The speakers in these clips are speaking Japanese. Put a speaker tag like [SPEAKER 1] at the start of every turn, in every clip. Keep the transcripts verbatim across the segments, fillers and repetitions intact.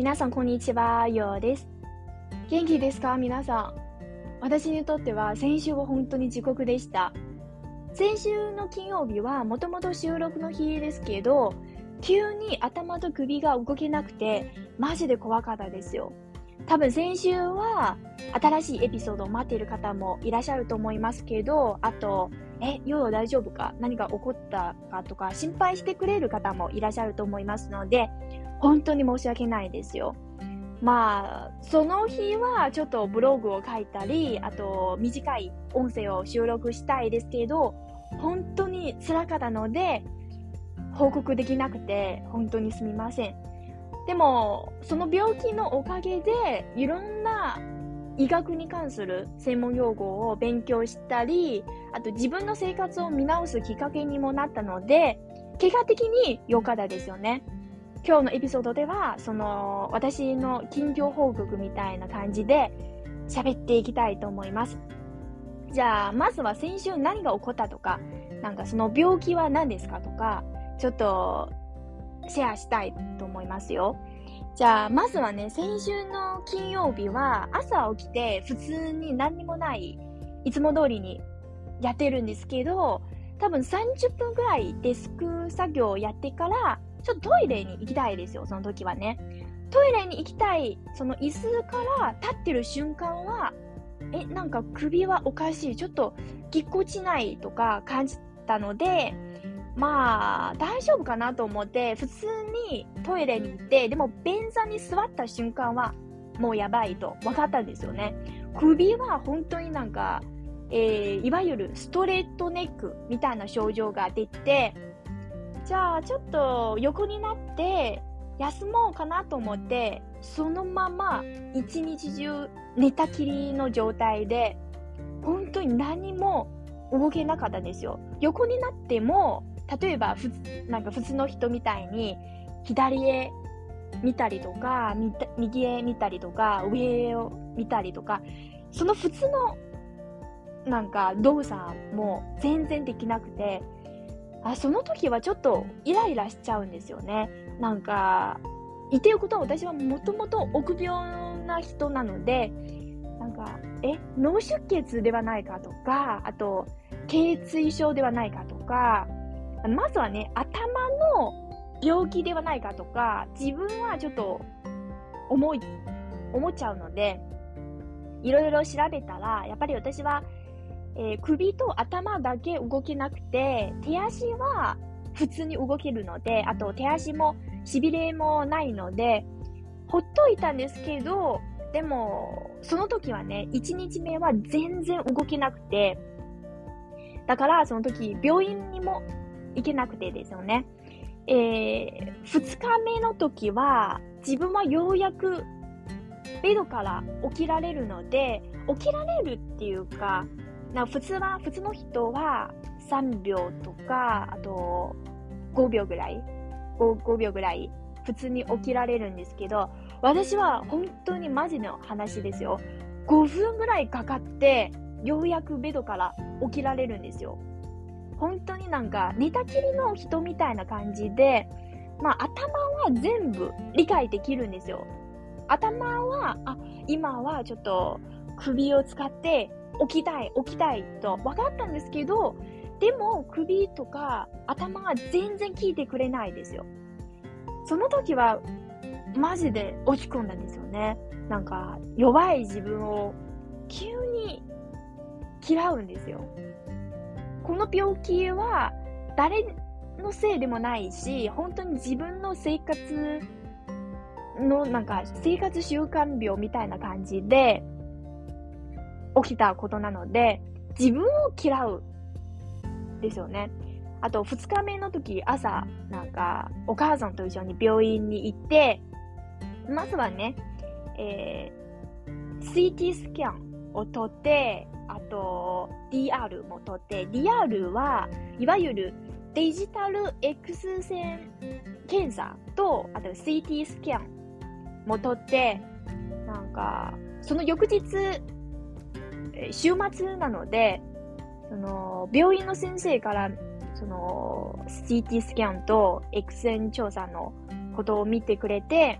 [SPEAKER 1] 皆さんこんにちは、ようです。元気ですか皆さん。私にとっては先週は本当に地獄でした。先週の金曜日はもともと収録の日ですけど、急に頭と首が動けなくて、マジで怖かったですよ。多分先週は新しいエピソードを待っている方もいらっしゃると思いますけど、あと、え、ヨーヨー大丈夫か何か起こったかとか心配してくれる方もいらっしゃると思いますので、本当に申し訳ないですよ。まあ、その日はちょっとブログを書いたり、あと短い音声を収録したいですけど、本当に辛かったので、報告できなくて本当にすみません。でも、その病気のおかげで、いろんな医学に関する専門用語を勉強したり、あと自分の生活を見直すきっかけにもなったので、結果的に良かったですよね。今日のエピソードでは、その私の近況報告みたいな感じで喋っていきたいと思います。じゃあ、まずは先週何が起こったとか、なんかその病気は何ですかとか、ちょっとシェアしたいと思いますよ。じゃあ、まずはね、先週の金曜日は朝起きて普通に何にもない、いつも通りにやってるんですけど、多分さんじゅっぷんぐらいデスク作業をやってから、ちょっとトイレに行きたいですよ、その時はね。トイレに行きたい、その椅子から立ってる瞬間は、え、なんか首はおかしい、ちょっとぎっこちないとか感じたので、まあ、大丈夫かなと思って、普通にトイレに行って、でも便座に座った瞬間は、もうやばいと分かったんですよね。首は本当になんか、えー、いわゆるストレートネックみたいな症状が出て、じゃあちょっと横になって休もうかなと思って、そのまま一日中寝たきりの状態で、本当に何も動けなかったんですよ。横になっても、例えばふなんか普通の人みたいに左へ見たりとか、右へ見たりとか、上を見たりとか、その普通のなんか動作も全然できなくて、あ、その時はちょっとイライラしちゃうんですよね。なんか、言ってることは私はもともと臆病な人なので、なんか、え、脳出血ではないかとか、あと、頚椎症ではないかとか、まずはね、頭の病気ではないかとか、自分はちょっと思い、思っちゃうので、いろいろ調べたら、やっぱり私は、えー、首と頭だけ動けなくて、手足は普通に動けるので、あと手足も痺れもないので、ほっといたんですけど、でも、その時はね、いちにちめは全然動けなくて、だからその時病院にも行けなくてですよね。えー、ふつかめの時は、自分はようやくベッドから起きられるので、起きられるっていうか、な普通は、普通の人はさんびょうとか、あとごびょうぐらい、5, 5秒ぐらい普通に起きられるんですけど、私は本当にマジの話ですよ。ごふんぐらいかかって、ようやくベッドから起きられるんですよ。本当になんか寝たきりの人みたいな感じで、まあ頭は全部理解できるんですよ。頭は、あ、今はちょっと首を使って起きたい、起きたいと分かったんですけど、でも首とか頭が全然聞いてくれないですよ。その時はマジで落ち込んだんですよね。なんか弱い自分を急に嫌うんですよ。この病気は誰のせいでもないし、本当に自分の生活のなんか生活習慣病みたいな感じで起きたことなので、自分を嫌うですよね。あとふつかめの時、朝なんかお母さんと一緒に病院に行って、まずはね、えー、シーティー スキャンを取って、あと ディーアール も取って、ディーアール はいわゆるデジタル X 線検査と、あと シーティー スキャンも取って、なんかその翌日週末なので、その病院の先生からその シーティー スキャンと X 線調査のことを見てくれて、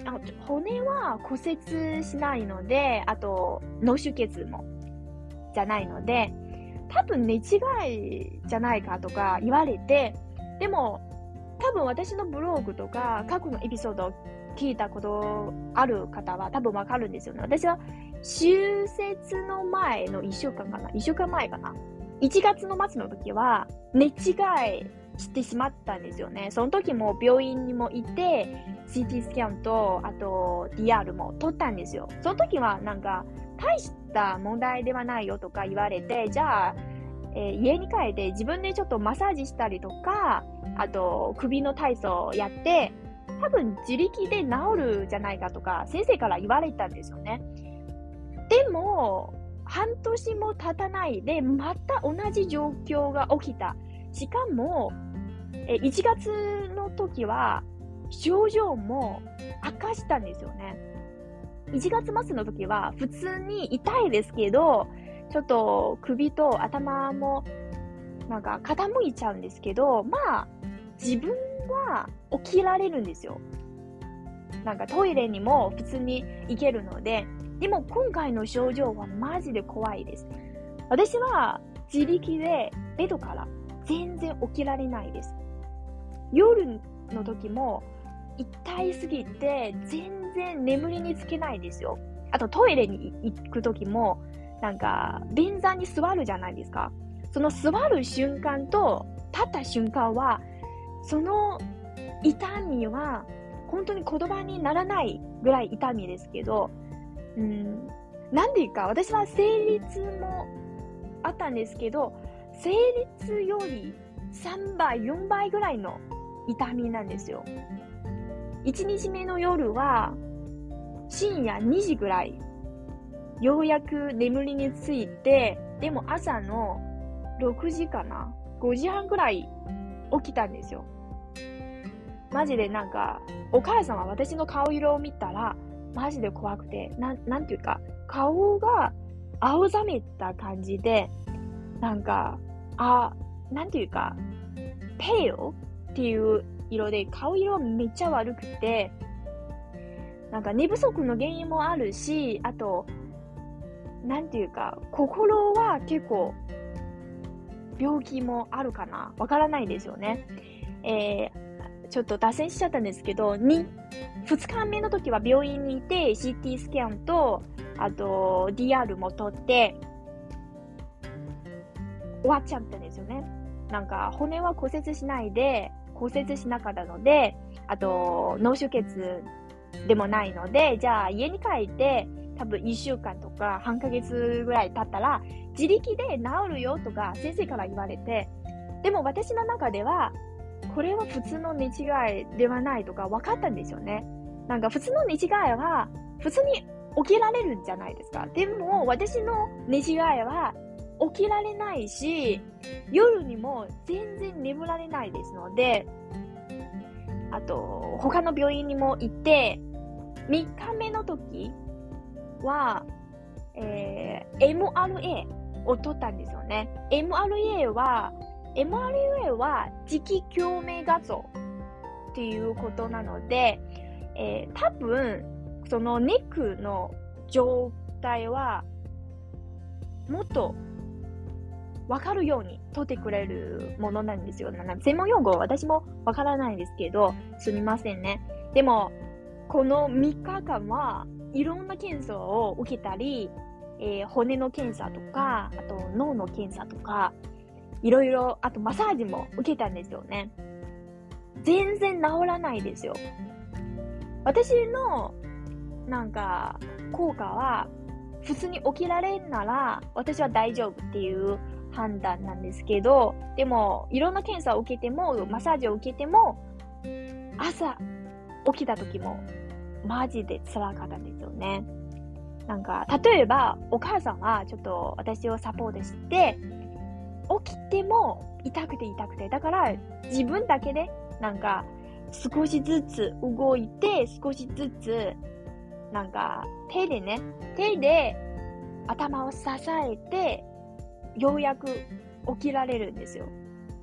[SPEAKER 1] あ骨は骨折しないので、あと脳出血もじゃないので、多分寝違いじゃないかとか言われて、でも多分私のブログとか過去のエピソードを聞いたことある方は多分わかるんですよね。私は手術の前のいっしゅうかんかな、いっしゅうかんまえかな、いちがつの末の時は寝違いしてしまったんですよね。その時も病院にも行って シーティー スキャンとあと ディーアール も取ったんですよ。その時はなんか大した問題ではないよとか言われて、じゃあ、えー、家に帰って自分でちょっとマッサージしたりとか、あと首の体操をやって多分自力で治るじゃないかとか先生から言われたんですよね。でも半年も経たないでまた同じ状況が起きた。しかもえいちがつの時は症状も悪化したんですよね。いちがつ末の時は普通に痛いですけど、ちょっと首と頭もなんか傾いちゃうんですけど、まあ自分は起きられるんですよ。なんかトイレにも普通に行けるので。でも今回の症状はマジで怖いです。私は自力でベッドから全然起きられないです。夜の時も痛いすぎて全然眠りにつけないですよ。あとトイレに行く時もなんか便座に座るじゃないですか。その座る瞬間と立った瞬間はその痛みは本当に言葉にならないぐらい痛みですけど、うん、なんでいうか私は生理痛もあったんですけど、生理痛よりさんばいよんばいぐらいの痛みなんですよ。いちにちめの夜は深夜にじぐらいようやく眠りについて、でも朝のろくじかなごじはんぐらい起きたんですよ。マジでなんかお母さんは私の顔色を見たらマジで怖くて、なん、なんていうか、顔が青ざめた感じで、なんか、あ、なんていうか、ペイロっていう色で、顔色めっちゃ悪くて、なんか寝不足の原因もあるし、あと、なんていうか、心は結構、病気もあるかなわからないですよね。えーちょっと脱線しちゃったんですけど、に、ふつかめの時は病院にいて シーティー スキャンと、あと ディーアール も取って、終わっちゃったんですよね。なんか骨は骨折しないで、骨折しなかったので、あと脳出血でもないので、じゃあ家に帰って、多分いっしゅうかんとか半ヶ月ぐらい経ったら、自力で治るよとか先生から言われて、でも私の中では、これは普通の寝違いではないとか分かったんですよね。なんか普通の寝違いは普通に起きられるんじゃないですか。でも私の寝違いは起きられないし、夜にも全然眠られないですので、あと他の病院にも行って、みっかめの時は、えー、エムアールエー を取ったんですよね。エムアールエー はエムアールエー は磁気共鳴画像っていうことなので、えー、多分そのネックの状態はもっと分かるように撮ってくれるものなんですよ。専門用語は私も分からないですけど、すみませんね。でもこのみっかかんはいろんな検査を受けたり、えー、骨の検査とか、あと脳の検査とか、いろいろ、あとマッサージも受けたんですよね。全然治らないですよ。私のなんか効果は普通に起きられんなら私は大丈夫っていう判断なんですけど、でもいろんな検査を受けてもマッサージを受けても朝起きた時もマジで辛かったんですよね。なんか例えばお母さんはちょっと私をサポートして起きても痛くて痛くて、だから自分だけでなんか少しずつ動いて、少しずつなんか手でね、手で頭を支えてようやく起きられるんですよ。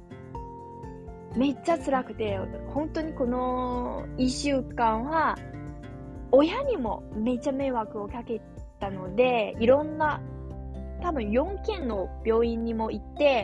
[SPEAKER 1] めっちゃ辛くて、本当にこのいっしゅうかんは親にもめっちゃ迷惑をかけたので、いろんな、多分よんけんの病院にも行って、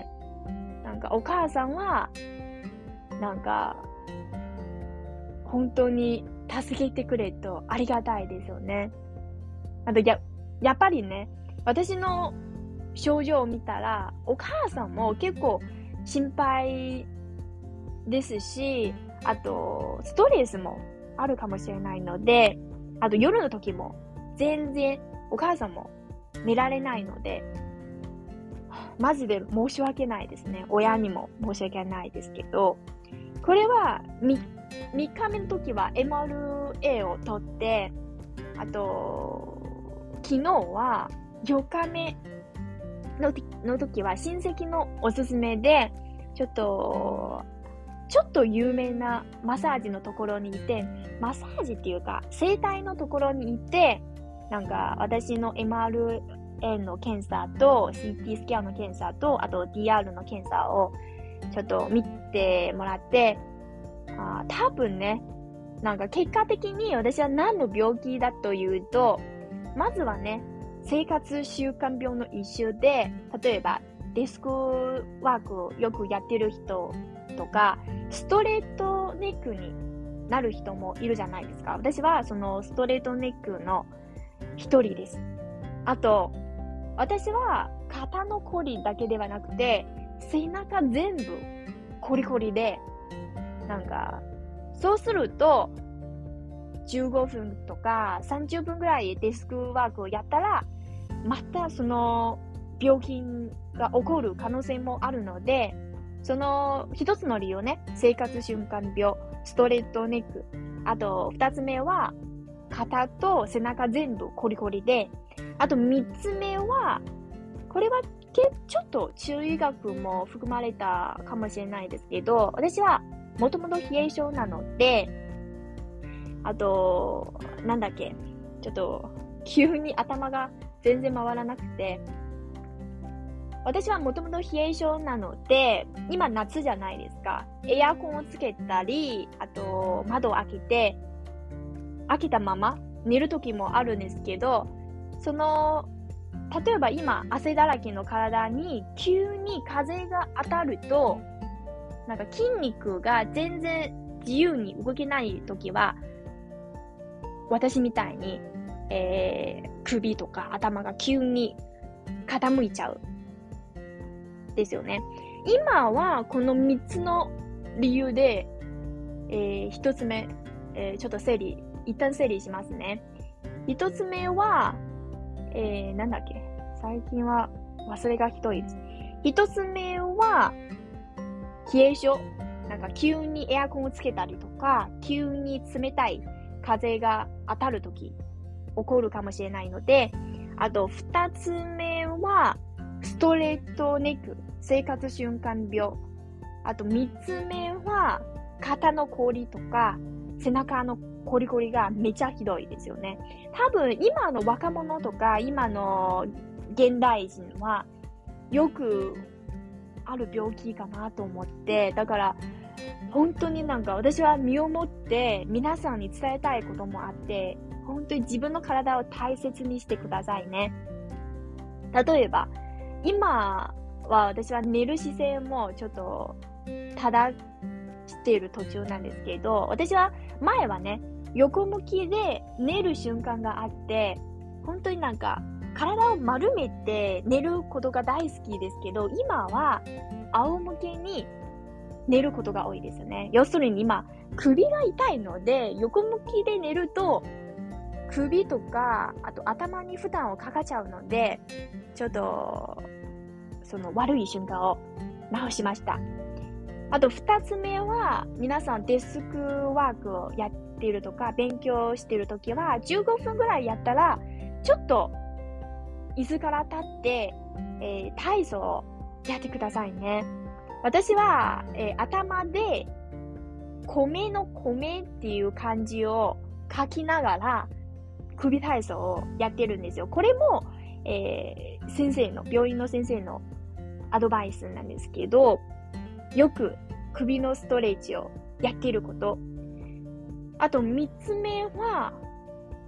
[SPEAKER 1] なんかお母さんは、なんか、本当に助けてくれとありがたいですよね。あとや、やっぱりね、私の症状を見たら、お母さんも結構心配ですし、あと、ストレスもあるかもしれないので、あと夜の時も全然お母さんも寝られないので、マジで申し訳ないですね。親にも申し訳ないですけど、これは 3, 3日目の時は エムアールエー を取って、あと、昨日はよっかめの, の時は親戚のおすすめで、ちょっと、ちょっと有名なマッサージのところにいて、マッサージっていうか、整体のところにいて、なんか私の エムアールエー の検査と シーティー スキャンの検査と、あと ディーアール の検査をちょっと見てもらって、あ、多分ね、なんか結果的に私は何の病気だというと、まずはね、生活習慣病の一種で、例えばデスクワークをよくやってる人とか、ストレートネックになる人もいるじゃないですか。私はそのストレートネックの一人です。あと、私は肩のこりだけではなくて、背中全部コリコリで、なんか、そうすると、じゅうごふんとかさんじゅっぷんぐらいデスクワークをやったら、またその病気が起こる可能性もあるので、その一つの理由ね、生活習慣病、ストレートネック。あと二つ目は、肩と背中全部コリコリで、あと三つ目は、これはちょっと中医学も含まれたかもしれないですけど、私はもともと冷え性なので、あと、なんだっけ、ちょっと急に頭が全然回らなくて、私はもともと冷え性なので、今夏じゃないですか。エアコンをつけたり、あと窓を開けて、開けたまま寝る時もあるんですけど、その、例えば今汗だらけの体に急に風が当たると、なんか筋肉が全然自由に動けない時は、私みたいに、えー、首とか頭が急に傾いちゃう。ですよね。今はこのみっつの理由で、えー、ひとつめ、えー、ちょっと整理、一旦整理しますね。ひとつめは、えー、なんだっけ、最近は忘れがひどいです。ひとつめは、冷え性。なんか急にエアコンをつけたりとか、急に冷たい風が当たるとき、起こるかもしれないので、あと二つ目は、ストレートネック、生活習慣病。あと三つ目は、肩のこりとか、背中のコリコリがめちゃひどいですよね。多分今の若者とか、今の現代人は、よくある病気かなと思って、だから、本当になんか私は身をもって皆さんに伝えたいこともあって、本当に自分の体を大切にしてくださいね。例えば、今は私は寝る姿勢もちょっと正している途中なんですけど、私は前はね、横向きで寝る瞬間があって、本当になんか体を丸めて寝ることが大好きですけど、今は仰向けに寝ることが多いですよね。要するに今、首が痛いので、横向きで寝ると、首とか、あと頭に負担をかかっちゃうので、ちょっと、その悪い瞬間を直しました。あと二つ目は、皆さんデスクワークをやっているとか、勉強しているときは、じゅうごふんぐらいやったら、ちょっと、椅子から立って、えー、体操をやってくださいね。私は、えー、頭で、米の米っていう漢字を書きながら、首体操をやってるんですよ。これも、えー、先生の、病院の先生のアドバイスなんですけど、よく首のストレッチをやっていること。あと三つ目は、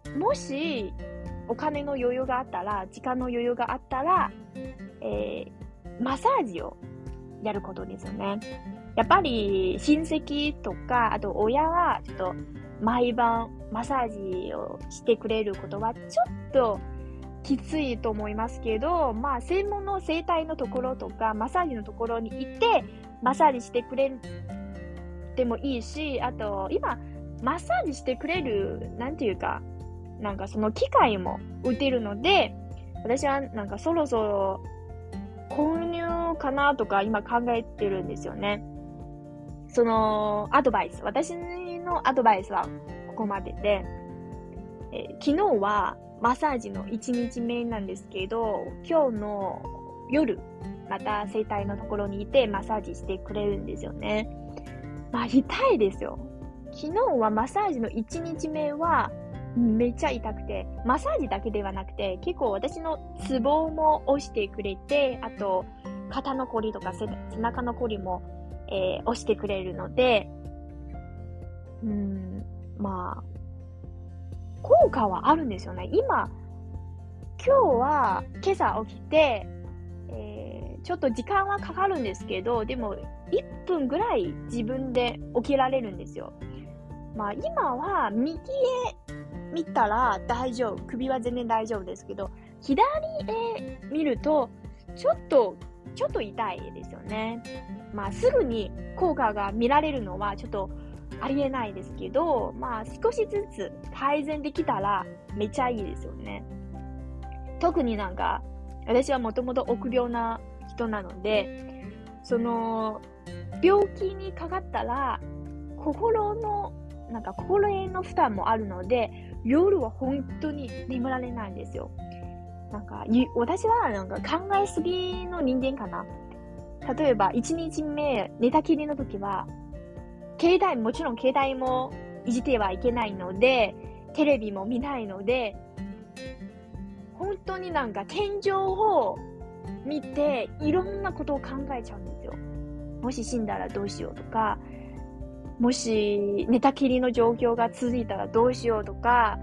[SPEAKER 1] もしお金の余裕があったら、時間の余裕があったら、えー、マッサージをやることですよね。やっぱり親戚とか、あと親はちょっと毎晩マッサージをしてくれることはちょっときついと思いますけど、まあ専門の整体のところとかマッサージのところに行ってマッサージしてくれてもいいし、あと今マッサージしてくれるなんていうかなんかその機械も売ってるので、私はなんかそろそろ購入かなとか今考えてるんですよね。そのアドバイス、私のアドバイスはここまでで、えー、昨日はマッサージのいちにちめなんですけど、今日の夜また整体のところにいてマッサージしてくれるんですよね。まあ痛いですよ。昨日はマッサージのいちにちめはめっちゃ痛くて、マッサージだけではなくて結構私のツボも押してくれて、あと肩のこりとか背中のこりも、えー、押してくれるので、うーんまあ効果はあるんですよね。今今日は今朝起きて、えー、ちょっと時間はかかるんですけど、でもいっぷんぐらい自分で起きられるんですよ。まあ今は右へ見たら大丈夫、首は全然大丈夫ですけど、左へ見るとちょっとちょっと痛いですよね。まあすぐに効果が見られるのはちょっとありえないですけど、まあ少しずつ改善できたらめっちゃいいですよね。特になんか私はもともと臆病な人なので、その病気にかかったら心のなんか心への負担もあるので、夜は本当に眠られないんですよ。なんか私はなんか考えすぎの人間かな。例えばいちにちめ寝たきりの時は携帯もちろん携帯もいじってはいけないので、テレビも見ないので、本当になんか天井を見ていろんなことを考えちゃうんですよ。もし死んだらどうしようとか、もし寝たきりの状況が続いたらどうしようとか、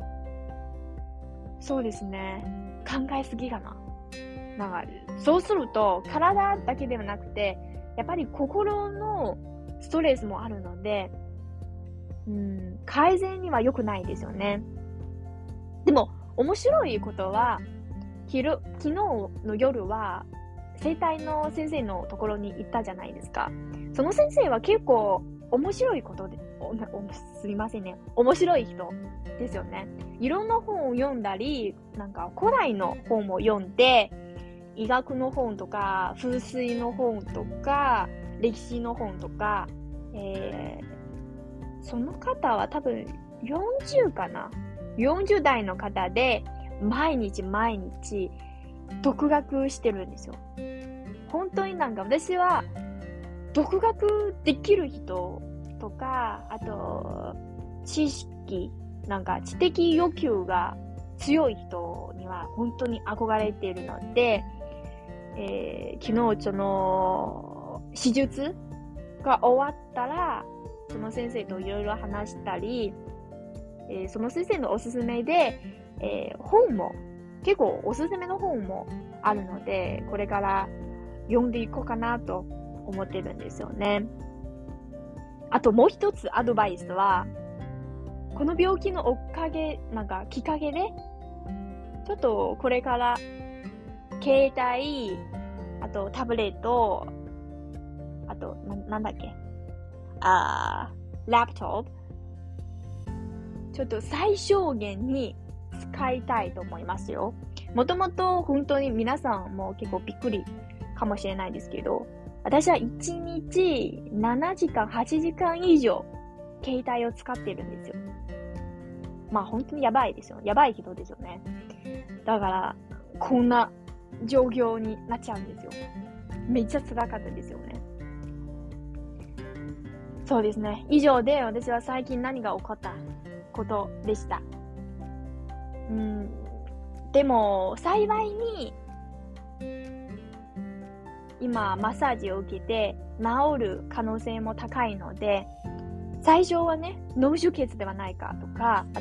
[SPEAKER 1] そうですね、考えすぎかな。なんかそうすると体だけではなくて、やっぱり心のストレスもあるので、うん、改善には良くないですよね。でも面白いことは、昼昨日の夜は整体の先生のところに行ったじゃないですか。その先生は結構面白いことで、おおすみませんね、面白い人ですよね。いろんな本を読んだり、なんか古代の本も読んで、医学の本とか風水の本とか歴史の本とか、えー、その方は多分よんじゅうかな、よんじゅう代の方で毎日毎日独学してるんですよ。本当になんか私は独学できる人とか、あと知識、なんか知的欲求が強い人には本当に憧れているので、えー、昨日その手術が終わったらその先生といろいろ話したり、えー、その先生のおすすめで、えー、本も結構おすすめの本もあるので、これから読んでいこうかなと思ってるんですよね。あともう一つアドバイスは、この病気のおかげ、なんかきっかけで、ちょっとこれから携帯、あとタブレット、あとな、なんだっけ、あー、ラップトップ、ちょっと最小限に使いたいと思いますよ。もともと本当に皆さんも結構びっくりかもしれないですけど、私はいちにちななじかん、はちじかん以上携帯を使ってるんですよ。まあ本当にやばいですよ。やばい人ですよね。だからこんな状況になっちゃうんですよ。めっちゃ辛かったですよね。そうですね。以上で私は最近何が起こったことでした。うん、でも幸いに今マッサージを受けて治る可能性も高いので、最初はね、脳出血ではないかとか、あと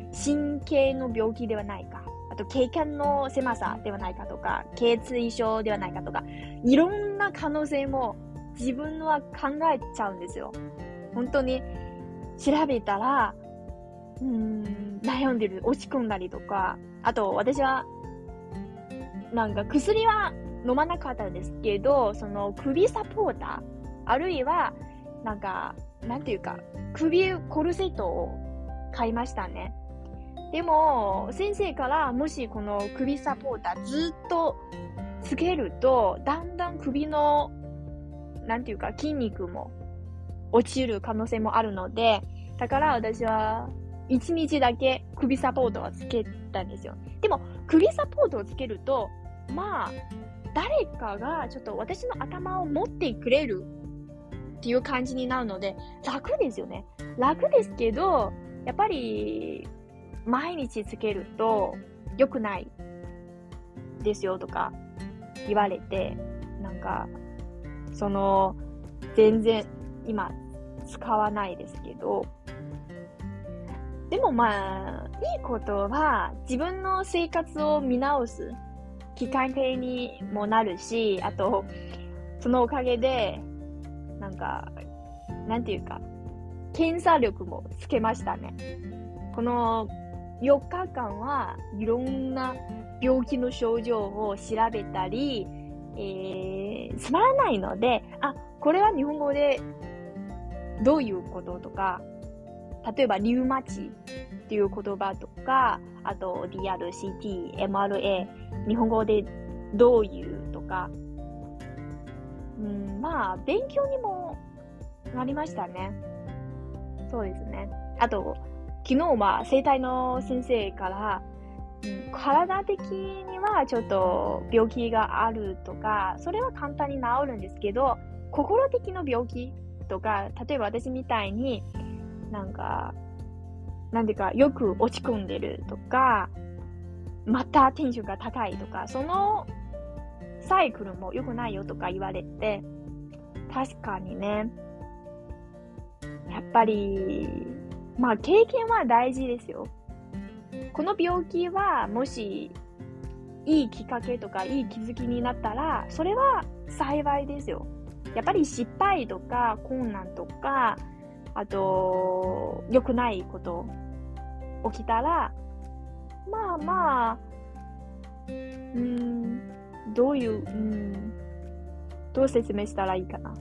[SPEAKER 1] 神経の病気ではないか、あと経験の狭さではないかとか、頚椎症ではないかとか、いろんな可能性も自分は考えちゃうんですよ。本当に調べたら、うーん、悩んでる、落ち込んだりとか、あと私は、なんか薬は飲まなかったんですけど、その首サポーター、あるいは、なんか、なんていうか、首コルセットを買いましたね。でも、先生からもしこの首サポーターずっとつけると、だんだん首の、なんていうか、筋肉も落ちる可能性もあるので、だから私は一日だけ首サポートをつけたんですよ。でも、首サポートをつけると、まあ、誰かがちょっと私の頭を持ってくれるっていう感じになるので、楽ですよね。楽ですけど、やっぱり、毎日つけると良くないですよとか言われて、なんか、その、全然今使わないですけど、でもまあ、いいことは自分の生活を見直すきっかけにもなるし、あと、そのおかげで、なんか、なんていうか、検査力もつけましたね。このよっかかんはいろんな病気の症状を調べたり、えー、つまらないので、あ、これは日本語でどういうこととか、例えばリウマチっていう言葉とか、あと ディーアールシーティー、エムアールエー、日本語でどういうとか、うん、まあ、勉強にもなりましたね。そうですね。あと、昨日は整体の先生から、うん、体的にはちょっと病気があるとか、それは簡単に治るんですけど、心的な病気とか、例えば私みたいになんか、なんていうか、よく落ち込んでるとか、またテンションが高いとか、そのサイクルも良くないよとか言われて、確かにね、やっぱり、まあ経験は大事ですよ。この病気はもしいいきっかけとかいい気づきになったら、それは幸いですよ。やっぱり失敗とか困難とか、あと良くないこと起きたら、まあまあ、うーん、どういう、うーん、どう説明したらいいかな。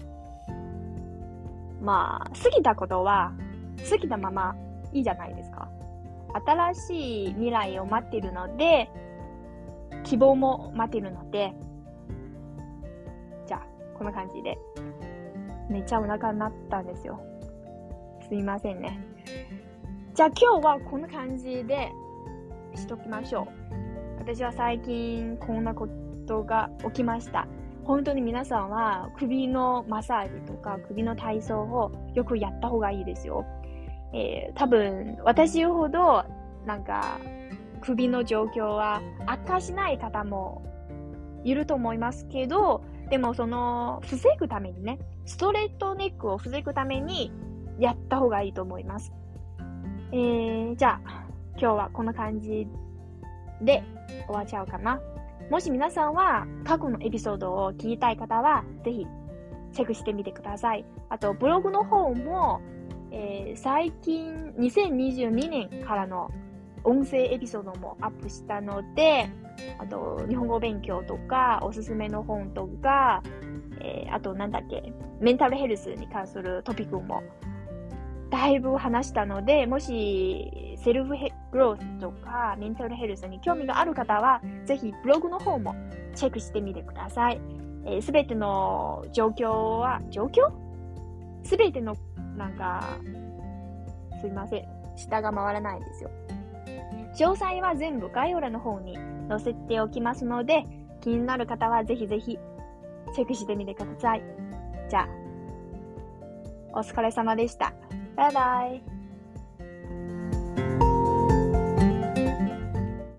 [SPEAKER 1] まあ、過ぎたことは過ぎたままいいじゃないですか。新しい未来を待っているので、希望も待っているので、じゃあ、こんな感じで。めっちゃお腹になったんですよ。すいませんね。じゃあ今日はこんな感じでしときましょう。私は最近こんなことが起きました。本当に皆さんは首のマッサージとか首の体操をよくやった方がいいですよ。えー、多分私ほどなんか首の状況は悪化しない方もいると思いますけど、でもその防ぐためにね、ストレートネックを防ぐためにやった方がいいと思います。えー、じゃあ今日はこんな感じで終わっちゃうかな。もし皆さんは過去のエピソードを聞きたい方はぜひチェックしてみてください。あとブログの方も、えー、最近にせんにじゅうにねんからの音声エピソードもアップしたので、あと日本語勉強とかおすすめの本とか、えー、あとなんだっけ、メンタルヘルスに関するトピックもだいぶ話したので、もしセルフグロースとかメンタルヘルスに興味がある方はぜひブログの方もチェックしてみてください。えー、全ての状況は状況全てのなんかすいません、下が回らないんですよ。詳細は全部概要欄の方に載せておきますので、気になる方はぜひぜひチェックしてみてください。じゃあ、お疲れ様でした。バイバイ。